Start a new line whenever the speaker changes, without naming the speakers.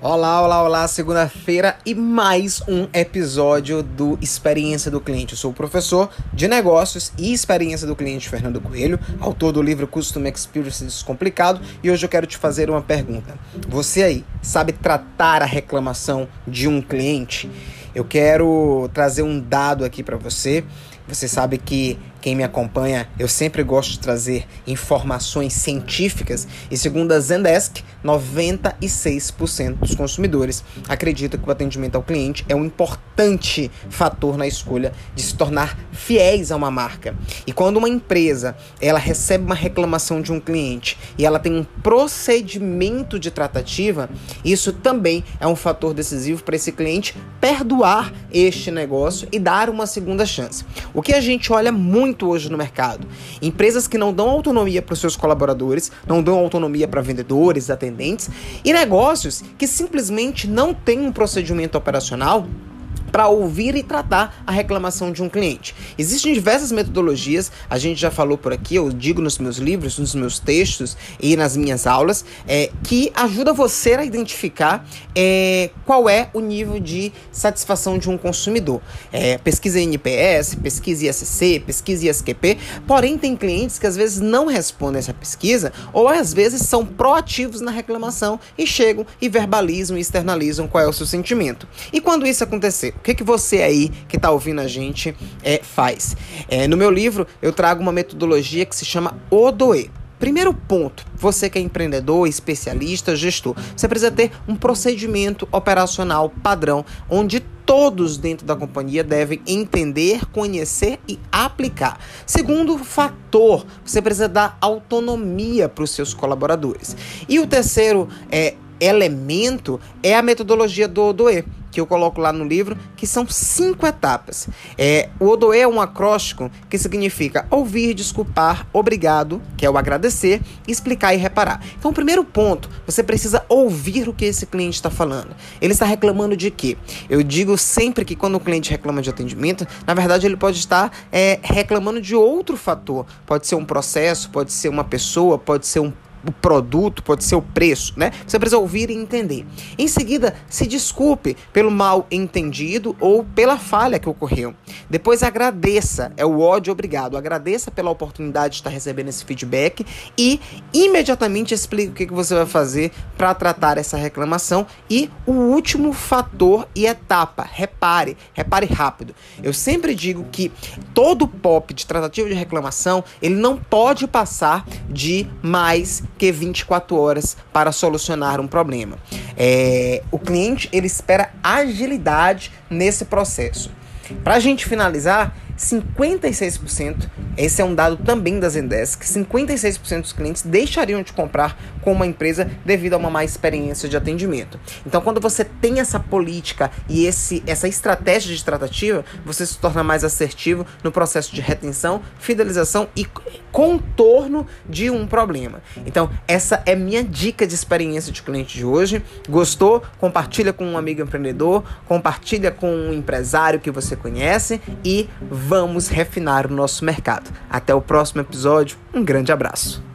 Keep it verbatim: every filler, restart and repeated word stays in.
Olá, olá, olá, segunda-feira e mais um episódio do Experiência do Cliente. Eu sou o professor de Negócios e Experiência do Cliente Fernando Coelho, autor do livro Customer Experience Descomplicado, e hoje eu quero te fazer uma pergunta. Você aí, sabe tratar a reclamação de um cliente? Eu quero trazer um dado aqui para você. Você sabe que quem me acompanha, eu sempre gosto de trazer informações científicas e segundo a Zendesk, noventa e seis por cento dos consumidores acreditam que o atendimento ao cliente é um importante fator na escolha de se tornar fiéis a uma marca. E quando uma empresa ela recebe uma reclamação de um cliente e ela tem um procedimento de tratativa, isso também é um fator decisivo para esse cliente perdoar este negócio e dar uma segunda chance. O que a gente olha muito hoje no mercado, empresas que não dão autonomia para os seus colaboradores, não dão autonomia para vendedores, atendentes, e negócios que simplesmente não têm um procedimento operacional para ouvir e tratar a reclamação de um cliente. Existem diversas metodologias, a gente já falou por aqui, eu digo nos meus livros, nos meus textos e nas minhas aulas, é, que ajuda você a identificar é, qual é o nível de satisfação de um consumidor. É, pesquisa N P S, pesquisa I S C, pesquisa I S Q P, porém tem clientes que às vezes não respondem essa pesquisa ou às vezes são proativos na reclamação e chegam e verbalizam e externalizam qual é o seu sentimento. E quando isso acontecer, o que, que você aí que está ouvindo a gente é, faz? É, no meu livro eu trago uma metodologia que se chama O D O E. Primeiro ponto, você que é empreendedor, especialista, gestor, você precisa ter um procedimento operacional padrão, onde todos dentro da companhia devem entender, conhecer e aplicar. Segundo fator, você precisa dar autonomia para os seus colaboradores. E o terceiro é, elemento é a metodologia do O D O E, que eu coloco lá no livro, que são cinco etapas. É, o O D O E é um acróstico que significa ouvir, desculpar, obrigado, que é o agradecer, explicar e reparar. Então, o primeiro ponto, você precisa ouvir o que esse cliente está falando. Ele está reclamando de quê? Eu digo sempre que quando o cliente reclama de atendimento, na verdade ele pode estar é, reclamando de outro fator. Pode ser um processo, pode ser uma pessoa, pode ser um o produto, pode ser o preço, né? Você precisa ouvir e entender. Em seguida, se desculpe pelo mal entendido ou pela falha que ocorreu. Depois agradeça, é o ódio obrigado. Agradeça pela oportunidade de estar recebendo esse feedback e imediatamente explique o que você vai fazer para tratar essa reclamação. E o último fator e etapa, repare, repare rápido. Eu sempre digo que todo P O P de tratativa de reclamação, ele não pode passar de mais que vinte e quatro horas para solucionar um problema. É, o cliente ele espera agilidade nesse processo. Para a gente finalizar, cinquenta e seis por cento, esse é um dado também da Zendesk, cinquenta e seis por cento dos clientes deixariam de comprar com uma empresa devido a uma má experiência de atendimento. Então, quando você tem essa política e esse, essa estratégia de tratativa, você se torna mais assertivo no processo de retenção, fidelização e contorno de um problema. Então, essa é minha dica de experiência de cliente de hoje. Gostou? Compartilha com um amigo empreendedor, compartilha com um empresário que você conhece e vamos refinar o nosso mercado. Até o próximo episódio. Um grande abraço.